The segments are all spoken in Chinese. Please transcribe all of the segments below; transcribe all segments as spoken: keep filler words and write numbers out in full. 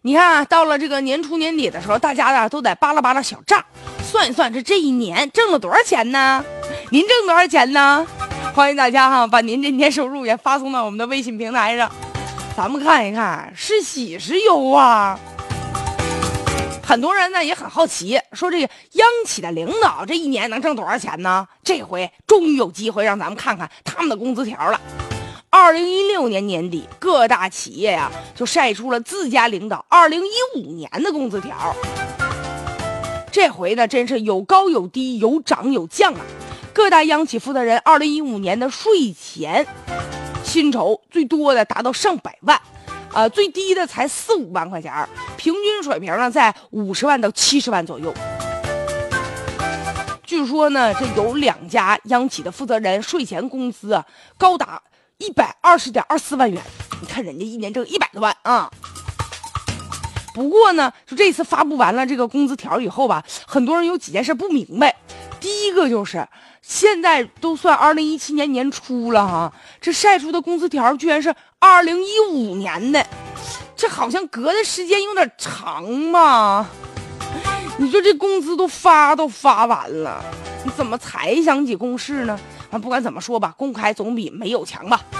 你看啊，到了这个年初年底的时候，大家呢都得扒拉扒拉小账，算一算这这一年挣了多少钱呢？您挣多少钱呢？欢迎大家哈，把您这年收入也发送到我们的微信平台上，咱们看一看，是喜是忧啊。很多人呢也很好奇，说这个央企的领导这一年能挣多少钱呢？这回终于有机会让咱们看看他们的工资条了。二零一六年年底，各大企业呀、啊、就晒出了自家领导二零一五年的工资条。这回呢，真是有高有低，有涨有降啊！各大央企负责人二零一五年的税前薪酬最多的达到上百万，呃，最低的才四五万块钱，平均水平呢在五十万到七十万左右。据说呢，这有两家央企的负责人税前工资啊高达一百二十点二四万元，你看人家一年挣一百多万啊！不过呢，就这次发布完了这个工资条以后吧，很多人有几件事不明白。第一个就是，现在都算二零一七年年初了哈，这晒出的工资条居然是二零一五年的，这好像隔的时间有点长嘛。你说这工资都发都发完了，你怎么才想起公示呢？啊，不管怎么说吧，公开总比没有强吧。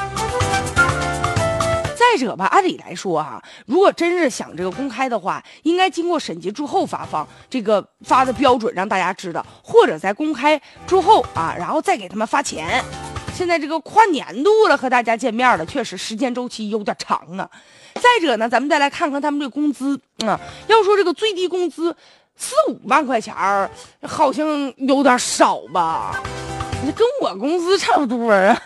再者吧，按理来说哈、啊，如果真是想这个公开的话，应该经过审计之后发放，这个发的标准让大家知道，或者在公开之后啊，然后再给他们发钱。现在这个跨年度了，和大家见面了，确实时间周期有点长啊。再者呢，咱们再来看看他们这个工资啊，要说这个最低工资四五万块钱儿，好像有点少吧？这跟我工资差不多啊。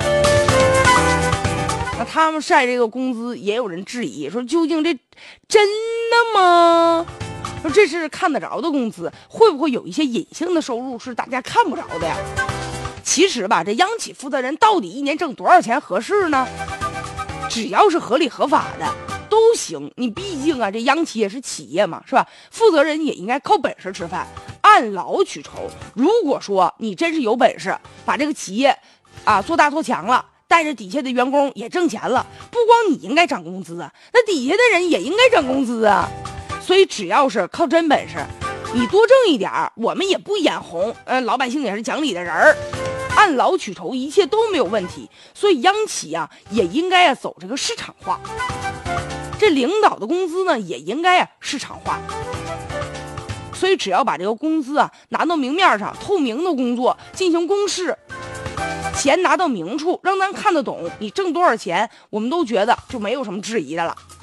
那他们晒这个工资，也有人质疑说，究竟这真的吗？说这是看得着的工资，会不会有一些隐性的收入是大家看不着的呀？其实吧，这央企负责人到底一年挣多少钱合适呢？只要是合理合法的都行。你毕竟啊，这央企也是企业嘛，是吧？负责人也应该靠本事吃饭，按劳取酬。如果说你真是有本事，把这个企业啊做大做强了，带着底下的员工也挣钱了，不光你应该涨工资啊，那底下的人也应该涨工资啊。所以只要是靠真本事，你多挣一点我们也不眼红，呃，老百姓也是讲理的人儿，按劳取酬，一切都没有问题。所以央企啊也应该啊走这个市场化，这领导的工资呢也应该啊市场化。所以只要把这个工资啊拿到明面上，透明的工作进行公示，钱拿到明处，让咱看得懂你挣多少钱，我们都觉得就没有什么质疑的了。